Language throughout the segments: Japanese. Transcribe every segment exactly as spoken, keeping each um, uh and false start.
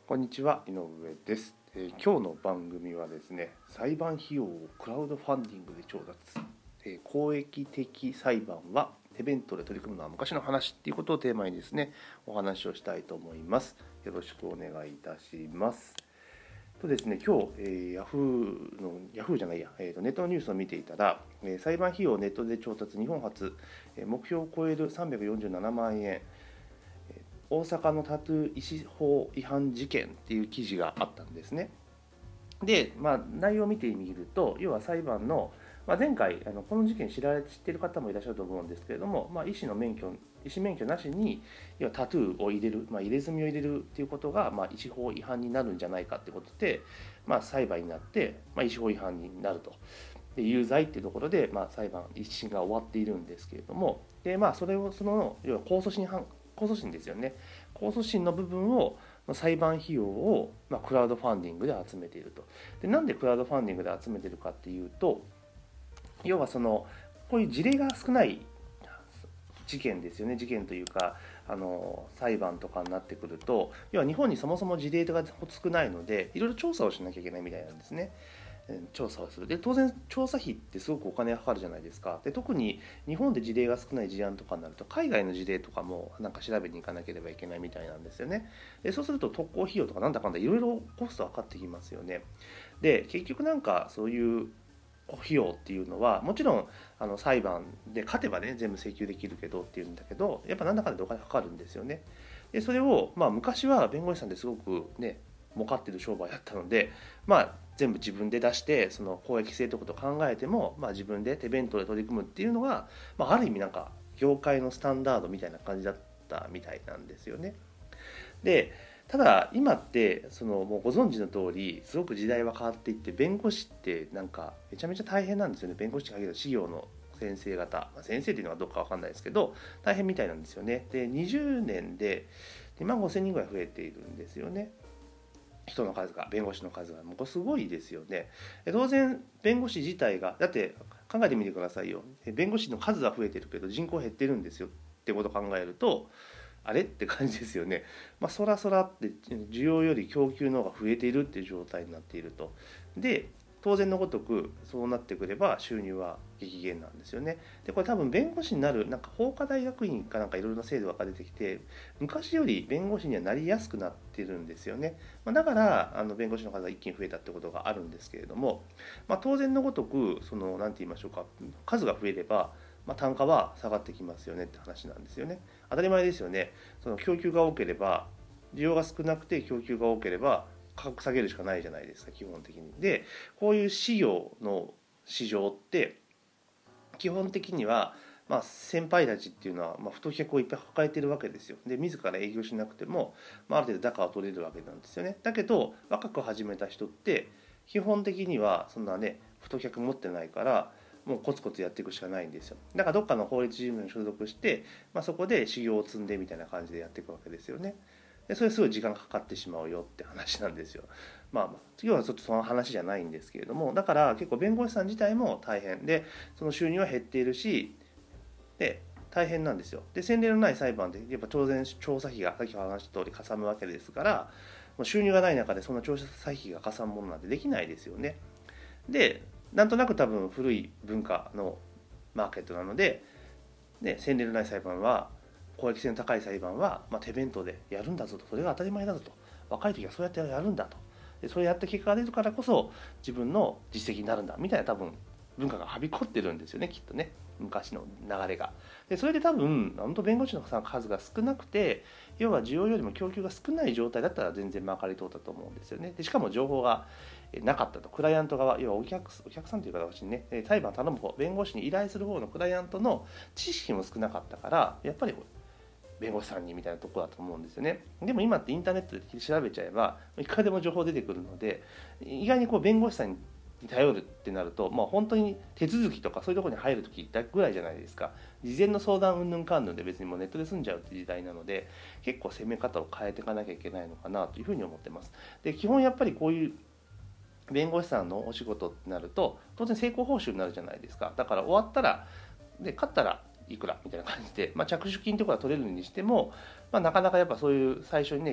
こんにちは、井上です、えー今日の番組はですね、裁判費用をクラウドファンディングで調達、えー公益的裁判は手弁当で取り組むのは昔の話っていうことをテーマにですね、お話をしたいと思います。よろしくお願いいたします。とですね、今日、えー、ヤフーの、ヤフーじゃないや、えーと、ネットのニュースを見ていたら、えー裁判費用をネットで調達日本初、えー目標を超えるさんびゃくよんじゅうななまんえん、大阪のタトゥー医師法違反事件っていう記事があったんですね。で、まあ、内容を見てみると、要は裁判の、まあ、前回あのこの事件知られ知っている方もいらっしゃると思うんですけれども、まあ、医師の免許医師免許なしに要はタトゥーを入れる、まあ、入れ墨を入れるということが、まあ、医師法違反になるんじゃないかということで、まあ、裁判になって、まあ、医師法違反になると。で有罪っていうところで、まあ、裁判一審が終わっているんですけれども、で、まあ、それをその要は控訴審判控訴審ですよね。控訴審の部分を裁判費用を、まあ、クラウドファンディングで集めていると。でなんでクラウドファンディングで集めているかっていうと、要はそのこういう事例が少ない事件ですよね。事件というかあの裁判とかになってくると、要は日本にそもそも事例が少ないので、いろいろ調査をしなきゃいけないみたいなんですね。調査をする。で当然調査費ってすごくお金がかかるじゃないですか。で特に日本で事例が少ない事案とかになると、海外の事例とかもなんか調べに行かなければいけないみたいなんですよね。でそうすると特攻費用とかなんだかんだいろいろコストがかかってきますよね。で結局なんかそういう費用っていうのはもちろんあの裁判で勝てばね全部請求できるけどっていうんだけど、やっぱなんだかんだでお金かかるんですよね。でそれをまあ昔は弁護士さんですごくね儲かってる商売だったので、まあ全部自分で出してその公益性ということを考えても、まあ、自分で手弁当で取り組むっていうのが、まあ、ある意味なんか業界のスタンダードみたいな感じだったみたいなんですよね。でただ今ってそのもうご存知の通りすごく時代は変わっていって、弁護士ってなんかめちゃめちゃ大変なんですよね。弁護士に限らず事業の先生方、まあ、先生っていうのはどうか分かんないですけど大変みたいなんですよね。でにじゅうねんでにまんごせんにんぐらい増えているんですよね。人の数が、弁護士の数がもうすごいですよね。当然弁護士自体がだって考えてみてくださいよ。弁護士の数は増えてるけど人口減ってるんですよってことを考えると、あれって感じですよね。まあそらそらって需要より供給の方が増えているっていう状態になっていると。で当然のごとくそうなってくれば収入は激減なんですよね。でこれ多分弁護士になるなんか法科大学院かなんかいろいろな制度が出てきて、昔より弁護士にはなりやすくなってるんですよね。まあ、だからあの弁護士の数が一気に増えたってことがあるんですけれども、まあ、当然のごとくその何て言いましょうか、数が増えればまあ単価は下がってきますよねって話なんですよね。当たり前ですよね。その供給が多ければ需要が少なくて供給が多ければ価格下げるしかないじゃないですか、基本的に。でこういう事業の市場って基本的には、まあ、先輩たちっていうのは、まあ、太客をいっぱい抱えてるわけですよ。で自ら営業しなくても、まあ、ある程度高を取れるわけなんですよね。だけど若く始めた人って基本的にはそんなね太客持ってないからもうコツコツやっていくしかないんですよ。だからどっかの法律事務所に所属して、まあ、そこで修行を積んでみたいな感じでやっていくわけですよね。でそれすごい時間かかってしまうよって話なんですよ。まあ、まあ次はちょっとその話じゃないんですけれども、だから結構弁護士さん自体も大変で、その収入は減っているし、で大変なんですよ。で先例のない裁判でやっぱ当然調査費がさっき話した通りかさむわけですから、もう収入がない中でそんな調査費がかさむものなんてできないですよね。でなんとなく多分古い文化のマーケットなので、で先例のない裁判は公益性の高い裁判は、まあ、手弁当でやるんだぞと、それが当たり前だぞと、若い時はそうやってやるんだと、でそれやって結果が出るからこそ自分の実績になるんだみたいな多分文化がはびこってるんですよね、きっとね、昔の流れが。でそれで多分本当弁護士の数が少なくて、要は需要よりも供給が少ない状態だったら全然まかり通ったと思うんですよね。でしかも情報がなかったと、クライアント側、要はお客お客さんという形にね、裁判頼む方、弁護士に依頼する方のクライアントの知識も少なかったから、やっぱり弁護士さんにみたいなところだと思うんですよね。でも今ってインターネットで調べちゃえばいくらでも情報出てくるので、意外にこう弁護士さんに頼るってなると、まあ、本当に手続きとかそういうところに入るときぐらいじゃないですか。事前の相談うんぬんかんぬんで別にもうネットで済んじゃうって時代なので、結構攻め方を変えていかなきゃいけないのかなというふうに思ってます。で基本やっぱりこういう弁護士さんのお仕事ってなると当然成功報酬になるじゃないですか。だから終わったらで勝ったらいくらみたいな感じで、まあ、着手金とか取れるにしても、まあ、なかなかやっぱそういう最初にね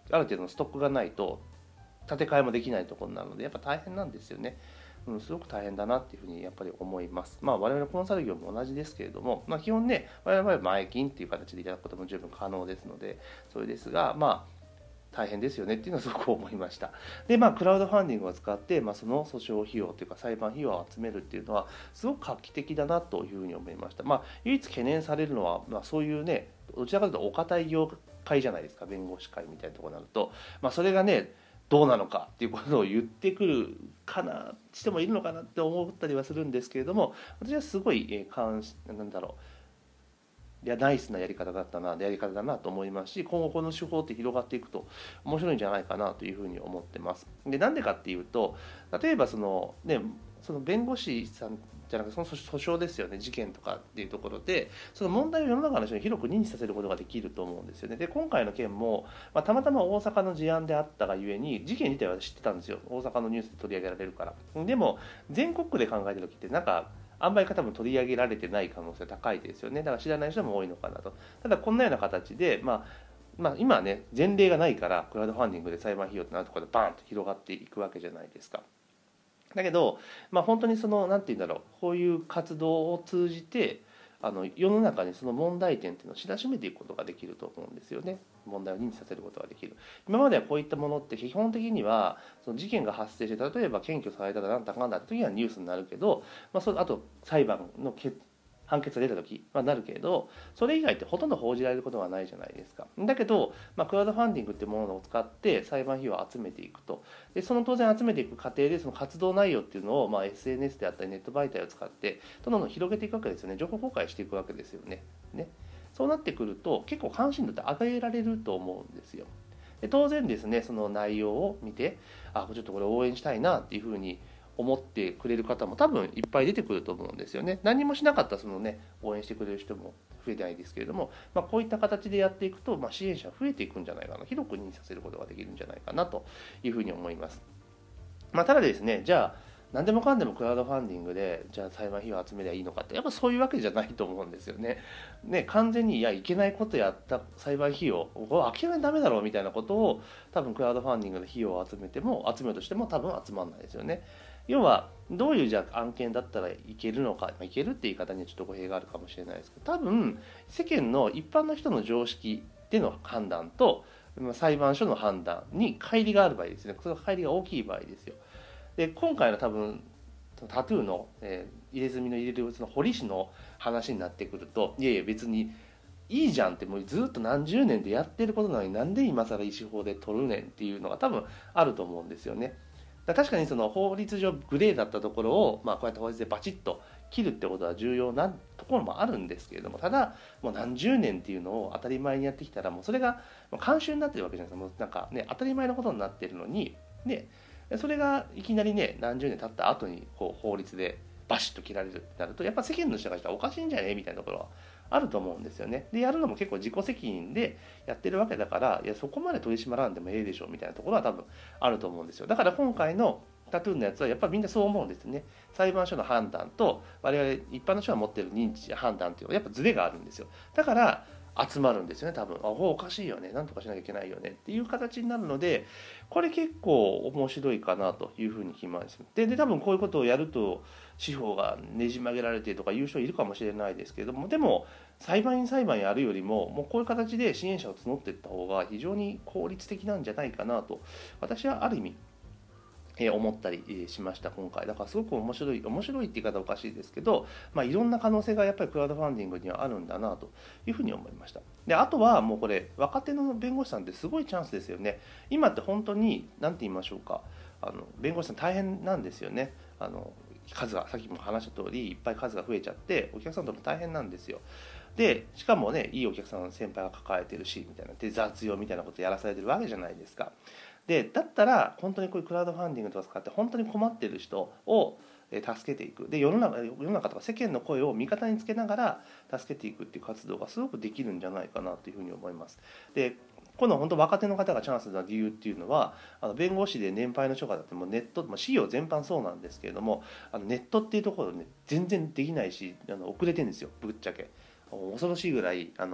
ある程度のストックがないと建て替えもできないところなのでやっぱ大変なんですよね。うん、すごく大変だなっていうふうにやっぱり思います。まあ我々コンサル業も同じですけれども、まあ、基本ね我々は前金っていう形でいただくことも十分可能ですのでそれですがまあ大変ですよねっていうのはすごく思いました。でまあクラウドファンディングを使って、まあ、その訴訟費用というか裁判費用を集めるっていうのはすごく画期的だなというふうに思いました。まあ唯一懸念されるのは、まあ、そういうねどちらかというとお堅い業界じゃないですか、弁護士会みたいなところになると、まあ、それがねどうなのかっていうことを言ってくるかなしてもいるのかなって思ったりはするんですけれども、私はすごい、えー、関なんだろういやナイスなやり方だったなやり方だなと思いますし、今後この手法って広がっていくと面白いんじゃないかなというふうに思ってます。でなんでかっていうと、例えばそのねその弁護士さんじゃなくてその訴訟ですよね、事件とかっていうところでその問題を世の中の人に広く認知させることができると思うんですよね。で今回の件も、まあ、たまたま大阪の事案であったがゆえに事件自体は知ってたんですよ、大阪のニュースで取り上げられるから。でも全国区で考えた時ってなんかあんまり多分取り上げられてない可能性高いですよね。だから知らない人も多いのかなと。ただこんなような形で、まあ、まあ今はね前例がないからクラウドファンディングで裁判費用ってなるところでバーンと広がっていくわけじゃないですか。だけど、まあ、本当にその何て言うんだろう、こういう活動を通じてあの世の中にその問題点っていうのを知らしめていくことができると思うんですよね。問題を認知させることができる。今まではこういったものって基本的にはその事件が発生して例えば検挙されたらなんだかんだって時はニュースになるけど、まあ、そあと裁判の決判決が出た時はなるけれど、それ以外ってほとんど報じられることがないじゃないですか。だけど、まあ、クラウドファンディングっていうものを使って裁判費用を集めていくと。でその当然集めていく過程でその活動内容っていうのを、まあ、エスエヌエス であったりネット媒体を使ってどんどん広げていくわけですよね。情報公開していくわけですよね。ねそうなってくると結構関心度って上げられると思うんですよ。で当然ですね、その内容を見てあちょっとこれ応援したいなっていうふうに思ってくれる方も多分いっぱい出てくると思うんですよね。何もしなかったらそのね応援してくれる人も増えてないですけれども、まあ、こういった形でやっていくと、まあ、支援者増えていくんじゃないかな、広く認知させることができるんじゃないかなというふうに思います。まあ、ただですね、じゃあ何でもかんでもクラウドファンディングでじゃあ裁判費用を集めりゃいいのかってやっぱそういうわけじゃないと思うんですよね。ね完全にいやいけないことやった裁判費用を諦めダメだろうみたいなことを多分クラウドファンディングで費用を集めても集めようとしても多分集まらないですよね。要はどういうじゃあ案件だったらいけるのか、まあ、いけるって言い方にはちょっと語弊があるかもしれないですけど、多分世間の一般の人の常識での判断と裁判所の判断に乖離がある場合ですね。その乖離が大きい場合ですよ。で今回の多分タトゥーの、えー、入れ墨の入れるその彫り師の話になってくると、いやいや別にいいじゃんって、もうずっと何十年でやってることなのになんで今更医師法で取るねんっていうのが多分あると思うんですよね。だ確かにその法律上グレーだったところを、まあ、こうやって法律でバチッと切るってことは重要なところもあるんですけれども、ただもう何十年っていうのを当たり前にやってきたらもうそれが慣習になってるわけじゃないですか。もうなんかね当たり前のことになってるのにね、それがいきなりね何十年経った後にこう法律でバシッと切られるってなると、やっぱ世間の人がしたらおかしいんじゃねみたいなところはあると思うんですよね。でやるのも結構自己責任でやってるわけだから、いやそこまで取り締まらんでもええでしょみたいなところは多分あると思うんですよ。だから今回のタトゥーのやつはやっぱりみんなそう思うんですね。裁判所の判断と我々一般の人が持っている認知や判断っていうのはやっぱズレがあるんですよ。だから集まるんですよね。多分あおかしいよね、なんとかしなきゃいけないよねっていう形になるので、これ結構面白いかなというふうに気ます。でで多分こういうことをやると司法がねじ曲げられてとかいう人いるかもしれないですけれども、でも裁判員裁判やるよりももうこういう形で支援者を募っていった方が非常に効率的なんじゃないかなと私はある意味思ったりしました今回。だからすごく面白い面白いって言い方おかしいですけど、まあ、いろんな可能性がやっぱりクラウドファンディングにはあるんだなというふうに思いました。であとはもうこれ若手の弁護士さんってすごいチャンスですよね。今って本当に何て言いましょうか、あの弁護士さん大変なんですよね。あの数がさっきも話した通りいっぱい数が増えちゃってお客さんとも大変なんですよ。でしかもねいいお客さん先輩が抱えてるしみたいなで雑用みたいなことやらされてるわけじゃないですか。でだったら本当にこういうクラウドファンディングとか使って本当に困っている人を助けていく、で世の中世の中とか世間の声を味方につけながら助けていくっていう活動がすごくできるんじゃないかなというふうに思います。でこの本当若手の方がチャンスな理由っていうのは、あの弁護士で年配の人がだってもネット、まあ、資料全般そうなんですけれども、あのネットっていうところで、ね、全然できないしあの遅れてるんですよぶっちゃけ。恐ろしいぐらいあの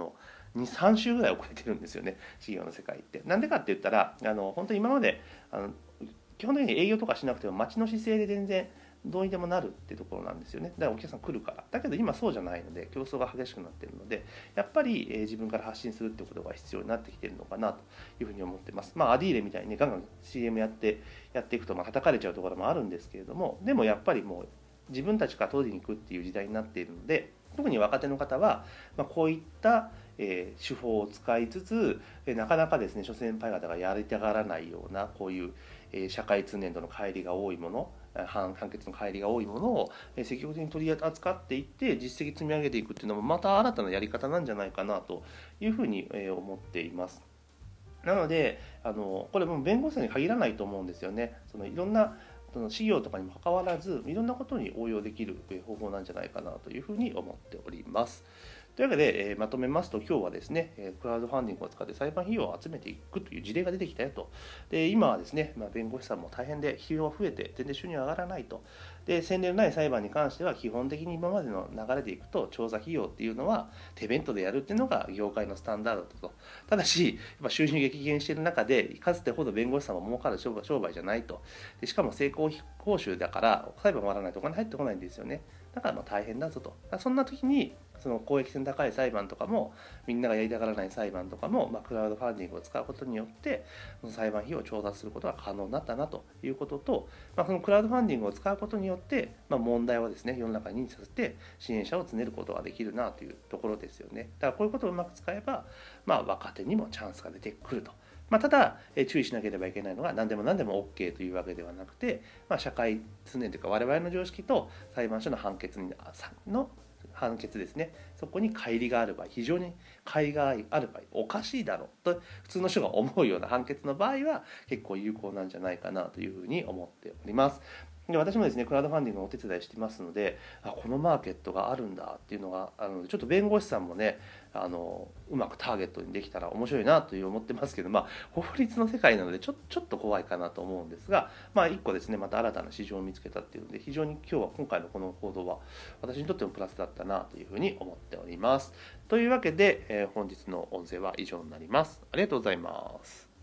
にさん週ぐらい遅れてるんですよね、事業の世界って。なんでかって言ったら、あの本当に今まであの基本的に営業とかしなくても街の姿勢で全然どうにでもなるっていうところなんですよね。だからお客さん来るから。だけど今そうじゃないので競争が激しくなっているので、やっぱり、えー、自分から発信するっていうことが必要になってきているのかなというふうに思ってます。まあアディーレみたいにねガンガン シーエム やってやっていくとまあ叩かれちゃうところもあるんですけれども、でもやっぱりもう自分たちから取りに行くっていう時代になっているので、特に若手の方は、まあ、こういった、えー手法を使いつつ、えーなかなかですね諸先輩方がやりたがらないようなこういう、えー社会通念との乖離が多いもの、判判決の乖離が多いものをえー積極的に取り扱っていって実績積み上げていくっていうのもまた新たなやり方なんじゃないかなというふうにえー思っています。なのであのこれも弁護士さんに限らないと思うんですよね。そのいろんなその事業とかにもかかわらずいろんなことに応用できるえー方法なんじゃないかなというふうに思っております。というわけで、えーまとめますと今日はですね、えークラウドファンディングを使って裁判費用を集めていくという事例が出てきたよと。で今はですね、まあ、弁護士さんも大変で費用が増えて全然収入上がらないと。で先例のない裁判に関しては基本的に今までの流れでいくと調査費用っていうのは手弁当でやるっていうのが業界のスタンダードだと。ただしやっぱ収入激減している中でかつてほど弁護士さんも儲かる商売商売じゃないと。でしかも成功報酬だから裁判終わらないとお金入ってこないんですよね。だからまあ大変だぞと。そんな時にその公益性の高い裁判とかもみんながやりたがらない裁判とかも、まあ、クラウドファンディングを使うことによってその裁判費を調達することが可能になったなということと、まあ、そのクラウドファンディングを使うことによって、まあ、問題をですね世の中に認知させて支援者を募ることができるなというところですよね。だからこういうことをうまく使えば、まあ、若手にもチャンスが出てくると。まあ、ただ注意しなければいけないのが何でも何でも OK というわけではなくて、まあ、社会通念というか我々の常識と裁判所の判決の判決ですね、そこに乖離がある場合、非常に乖離がある場合、おかしいだろうと普通の人が思うような判決の場合は結構有効なんじゃないかなというふうに思っております。で私もですねクラウドファンディングのお手伝いしてますので、あこのマーケットがあるんだっていうのがあのちょっと弁護士さんもねあのうまくターゲットにできたら面白いなという思ってますけど、まあ、法律の世界なのでちょちょっと怖いかなと思うんですが、まあ、一個ですねまた新たな市場を見つけたっていうので非常に今日は今回のこの報道は私にとってもプラスだったなというふうに思っております。というわけで、えー本日の音声は以上になります。ありがとうございます。